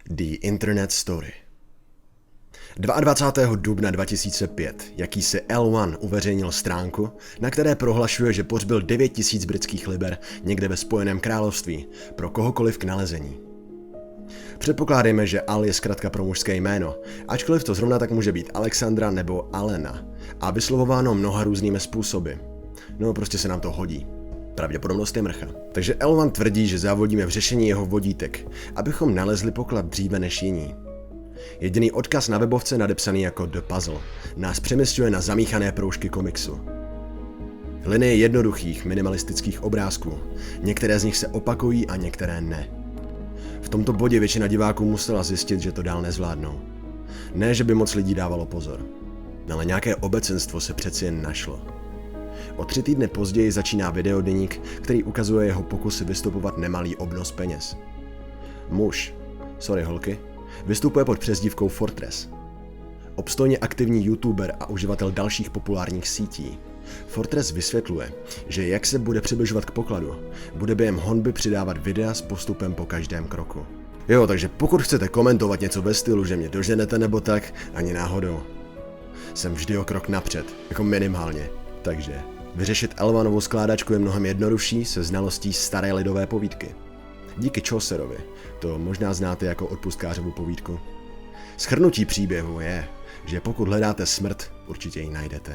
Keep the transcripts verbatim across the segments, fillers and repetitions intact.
The Internet Story. dvacátého druhého dubna dva tisíce pět jakýsi L jedna uveřejnil stránku, na které prohlašuje, že pohřbil devět tisíc britských liber někde ve Spojeném království pro kohokoliv k nalezení. Předpokládejme, že Al je zkratka pro mužské jméno, ačkoliv to zrovna tak může být Alexandra nebo Alena a vyslovováno mnoha různými způsoby. No prostě se nám to hodí. Pravděpodobnost je mrcha. Takže L jedna tvrdí, že závodíme v řešení jeho vodítek, abychom nalezli poklad dříve než jiní. Jediný odkaz na webovce nadepsaný jako The Puzzle nás přemysťuje na zamíchané proužky komiksu. Linie jednoduchých, minimalistických obrázků, některé z nich se opakují a některé ne. V tomto bodě většina diváků musela zjistit, že to dál nezvládnou. Ne, že by moc lidí dávalo pozor, ale nějaké obecenstvo se přeci jen našlo. O tři týdny později začíná videodeník, který ukazuje jeho pokusy vystupovat nemalý obnos peněz. Muž, sorry holky, vystupuje pod přezdívkou Fortress. Obstojně aktivní youtuber a uživatel dalších populárních sítí, Fortress vysvětluje, že jak se bude přibližovat k pokladu, bude během honby přidávat videa s postupem po každém kroku. Jo, takže pokud chcete komentovat něco ve stylu, že mě doženete nebo tak, ani náhodou. Jsem vždy o krok napřed, jako minimálně. Takže vyřešit L jedna skládačku je mnohem jednodušší se znalostí staré lidové povídky. Díky Chaucerovi, to možná znáte jako odpustkářovu povídku. Shrnutí příběhu je, že pokud hledáte smrt, určitě ji najdete.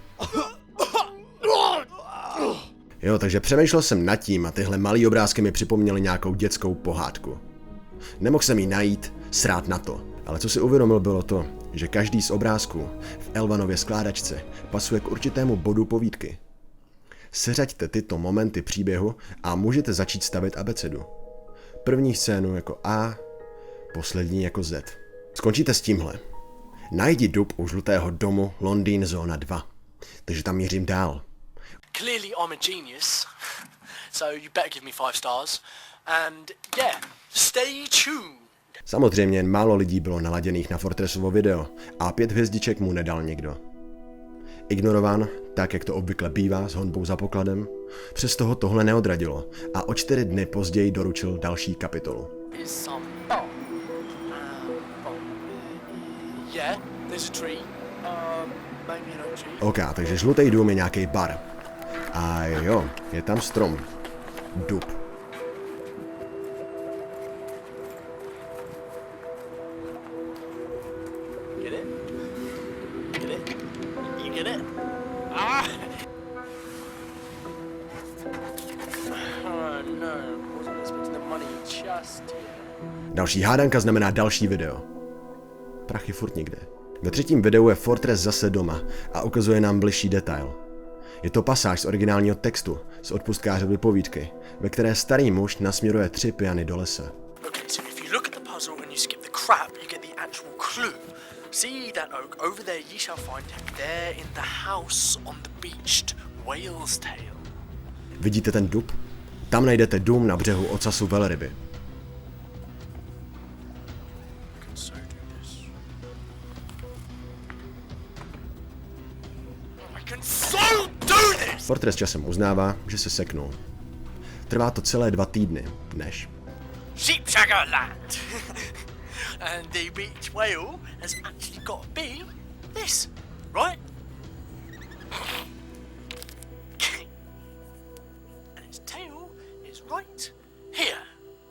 Jo, takže přemýšlel jsem nad tím a tyhle malý obrázky mi připomněly nějakou dětskou pohádku. Nemohl jsem ji najít, srát na to, ale co si uvědomil bylo to, že každý z obrázků v L jedna skládačce pasuje k určitému bodu povídky. Seřaďte tyto momenty příběhu a můžete začít stavit abecedu. První scénu jako A, poslední jako Z. Skončíte s tímhle. Najdi dub u žlutého domu Londýn zóna dva. Takže tam mířím dál. Clearly I'm a genius, so you better give me five stars. And yeah, stay tuned. Samozřejmě jen málo lidí bylo naladěných na Fortressovo video a pět hvězdiček mu nedal nikdo. Ignorován, tak jak to obvykle bývá s honbou za pokladem, přesto ho tohle neodradilo a o čtyři dny později doručil další kapitolu. OK, takže žlutý dům je nějaký bar. A jo, je tam strom. Dub. Get it? Get it? You get it? Ah! Oh no, wasn't expecting the money just yet. Další hádanka znamená další video. Prachy furt nikde. Ve třetím videu je Fortress zase doma a ukazuje nám bližší detail. Je to pasáž z originálního textu, z odpustkářovy povídky, ve které starý muž nasměruje tři piany do lesa. Okay, so if you look at the puzzle and you skip the crap, you get the actual clue. See that oak over there, ye shall find him there in the house on the beached whale's tail. Vidíte ten dub? Tam najdete dům na břehu ocasu velryby. Fortress časem uznává, že se seknul. Trvá to celé dva týdny, než... Sheepshagger land! And the beach whale has actually got to be this, right? And its tail is right here.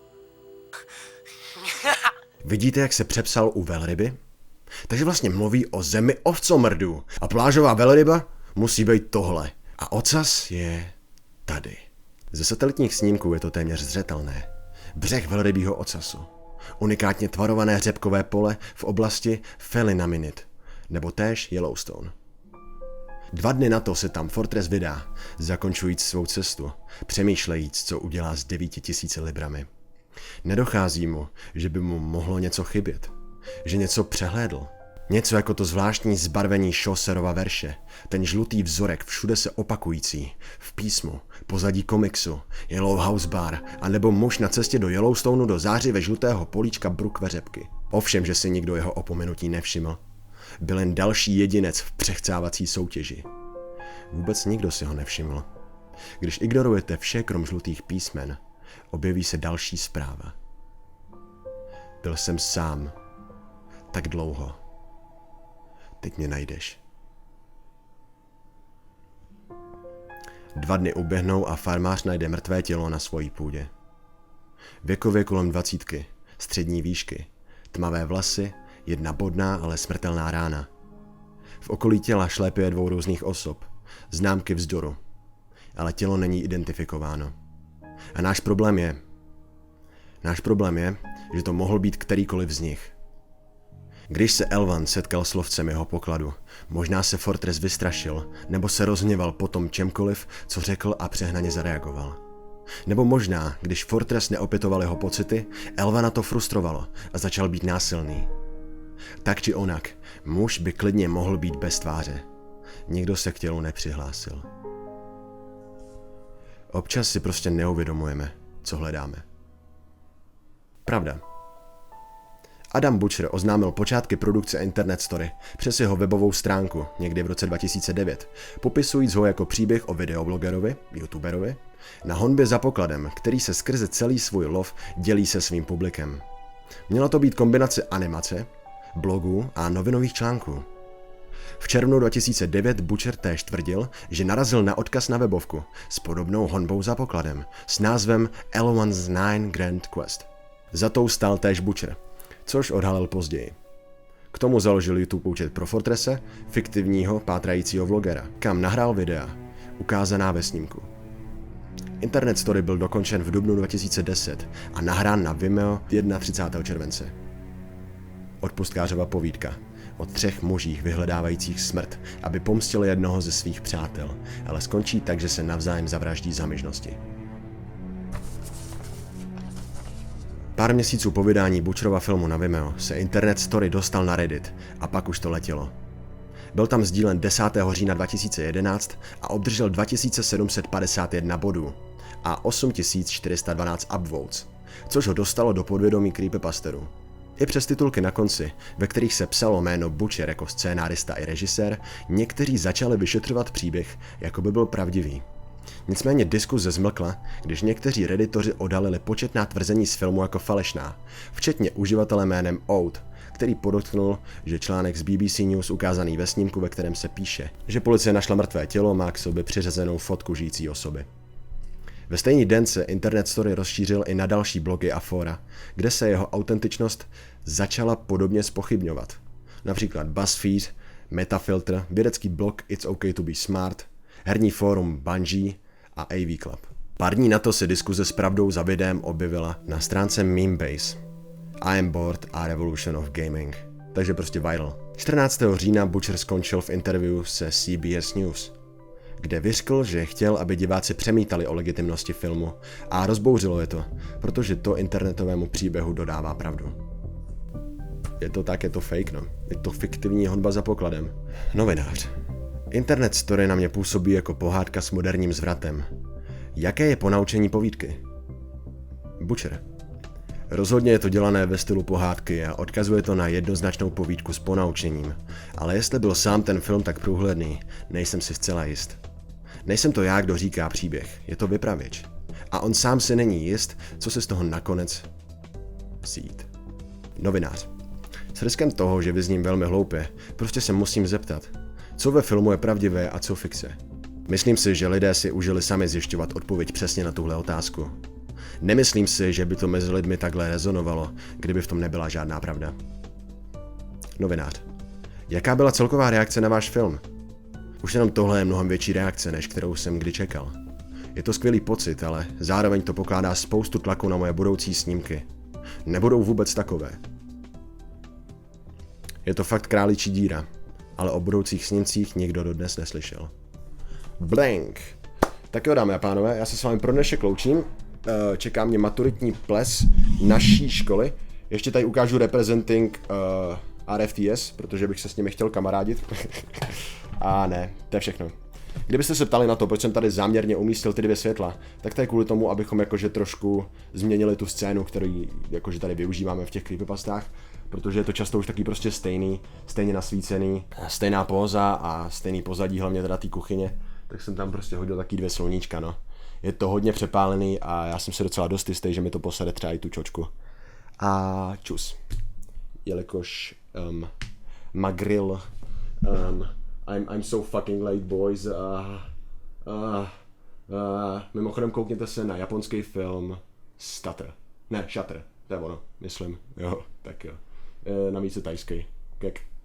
Vidíte, jak se přepsal u velryby? Takže vlastně mluví o zemi ovcomrdů. A plážová velryba musí být tohle. A ocas je tady. Ze satelitních snímků je to téměř zřetelné. Břeh velrybího ocasu. Unikátně tvarované řepkové pole v oblasti Felinaminit, nebo též Yellowstone. Dva dny na to se tam Fortress vydá, zakončujíc svou cestu, přemýšlejíc, co udělá s devíti tisíci librami. Nedochází mu, že by mu mohlo něco chybět, že něco přehlédl. Něco jako to zvláštní zbarvení Chaucerova verše, ten žlutý vzorek všude se opakující, v písmu, pozadí komiksu, Yellow House Bar, anebo muž na cestě do Yellowstoneu do zářive žlutého políčka bruk veřepky. Ovšem, že si nikdo jeho opomenutí nevšiml. Byl jen další jedinec v přechcávací soutěži. Vůbec nikdo si ho nevšiml. Když ignorujete vše krom žlutých písmen, objeví se další zpráva. Byl jsem sám. Tak dlouho. Teď mě najdeš. Dva dny uběhnou a farmář najde mrtvé tělo na svojí půdě. Věkově kolem dvacítky, střední výšky, tmavé vlasy, jedna bodná, ale smrtelná rána. V okolí těla šlépě dvou různých osob, známky vzdoru, ale tělo není identifikováno. A náš problém je, náš problém je, že to mohl být kterýkoliv z nich. Když se Elvan setkal s lovcem jeho pokladu, možná se Fortress vystrašil, nebo se rozhněval po tom čemkoliv, co řekl a přehnaně zareagoval. Nebo možná, když Fortress neopětoval jeho pocity, Elvana to frustrovalo a začal být násilný. Tak či onak, muž by klidně mohl být bez tváře. Nikdo se k tělu nepřihlásil. Občas si prostě neuvědomujeme, co hledáme. Pravda. Adam Butcher oznámil počátky produkce Internet Story přes jeho webovou stránku někdy v roce dva tisíce devět, popisujíc ho jako příběh o videoblogerovi, youtuberovi, na honbě za pokladem, který se skrze celý svůj lov dělí se svým publikem. Měla to být kombinace animace, blogů a novinových článků. V červnu dva tisíce devět Butcher též tvrdil, že narazil na odkaz na webovku s podobnou honbou za pokladem s názvem Elvan's Nine Grand Quest. Za tou stál též Butcher, což odhalil později. K tomu založil YouTube účet pro Fortresse, fiktivního pátrajícího vlogera, kam nahrál videa, ukázaná ve snímku. Internet Story byl dokončen v dubnu dva tisíce deset a nahrán na Vimeo třicátého prvního července. Odpustkářova povídka o třech mužích vyhledávajících smrt, aby pomstili jednoho ze svých přátel, ale skončí tak, že se navzájem zavraždí za myžnosti. Pár měsíců po vydání Butcherova filmu na Vimeo se Internet Story dostal na Reddit a pak už to letělo. Byl tam sdílen desátého října dva tisíce jedenáct a obdržel dva tisíce sedm set padesát jedna bodů a osm tisíc čtyři sta dvanáct upvotes, což ho dostalo do podvědomí creepypasterů. I přes titulky na konci, ve kterých se psalo jméno Butcher jako scénárista i režisér, někteří začali vyšetřovat příběh, jako by byl pravdivý. Nicméně diskuze zmlkla, když někteří reditoři odhalili početná tvrzení z filmu jako falešná, včetně uživatele jménem Oud, který podotknul, že článek z B B C News ukázaný ve snímku, ve kterém se píše, že policie našla mrtvé tělo, má k sobě přiřazenou fotku žijící osoby. Ve stejný den se Internet Story rozšířil i na další blogy a fóra, kde se jeho autentičnost začala podobně zpochybňovat. Například BuzzFeed, Metafilter, vědecký blog It's OK to be Smart, herní fórum Bungie a A V Club. Pár dní na to se diskuze s pravdou za videem objevila na stránce Memebase. I am bored a revolution of gaming. Takže prostě viral. čtrnáctého října Butcher skončil v interview se C B S News, kde vyřkl, že chtěl, aby diváci přemítali o legitimnosti filmu a rozbouřilo je to, protože to internetovému příběhu dodává pravdu. Je to tak, je to fake, no. Je to fiktivní honba za pokladem. Novinář. Internet Story na mě působí jako pohádka s moderním zvratem. Jaké je ponaučení povídky? Butcher. Rozhodně je to dělané ve stylu pohádky a odkazuje to na jednoznačnou povídku s ponaučením, ale jestli byl sám ten film tak průhledný, nejsem si zcela jist. Nejsem to já, kdo říká příběh, je to vypravěč. A on sám si není jist, co se z toho nakonec vzít. Novinář. S riskem toho, že vyzním velmi hloupě, prostě se musím zeptat, co ve filmu je pravdivé a co fikce. Myslím si, že lidé si užili sami zjišťovat odpověď přesně na tuhle otázku. Nemyslím si, že by to mezi lidmi takhle rezonovalo, kdyby v tom nebyla žádná pravda. Novinář. Jaká byla celková reakce na váš film? Už jenom tohle je mnohem větší reakce, než kterou jsem kdy čekal. Je to skvělý pocit, ale zároveň to pokládá spoustu tlaku na moje budoucí snímky. Nebudou vůbec takové. Je to fakt králičí díra, ale o budoucích snímcích nikdo dodnes neslyšel. Blank. Tak jo, dámy a pánové, já se s vámi pro dnešek loučím. Čeká mě maturitní ples naší školy. Ještě tady ukážu representing uh, R F T S, protože bych se s nimi chtěl kamarádit. A ne, to je všechno. Kdybyste se ptali na to, proč jsem tady záměrně umístil ty dvě světla, tak to je kvůli tomu, abychom jakože trošku změnili tu scénu, kterou jakože tady využíváme v těch creepypastách, protože je to často už taky prostě stejný, stejně nasvícený, stejná póza a stejný pozadí, hlavně teda té kuchyně, tak jsem tam prostě hodil taky dvě sluníčka, no. Je to hodně přepálený a já jsem si docela dost jistý, že mi to posade třeba i tu čočku. a čus. Jelikož um, Magril um, I'm, I'm so fucking late boys uh, uh, uh, mimochodem koukněte se na japonský film Stutter. Ne, Shutter, to je ono, myslím, jo, tak jo. E, navíc je tajský. Kek.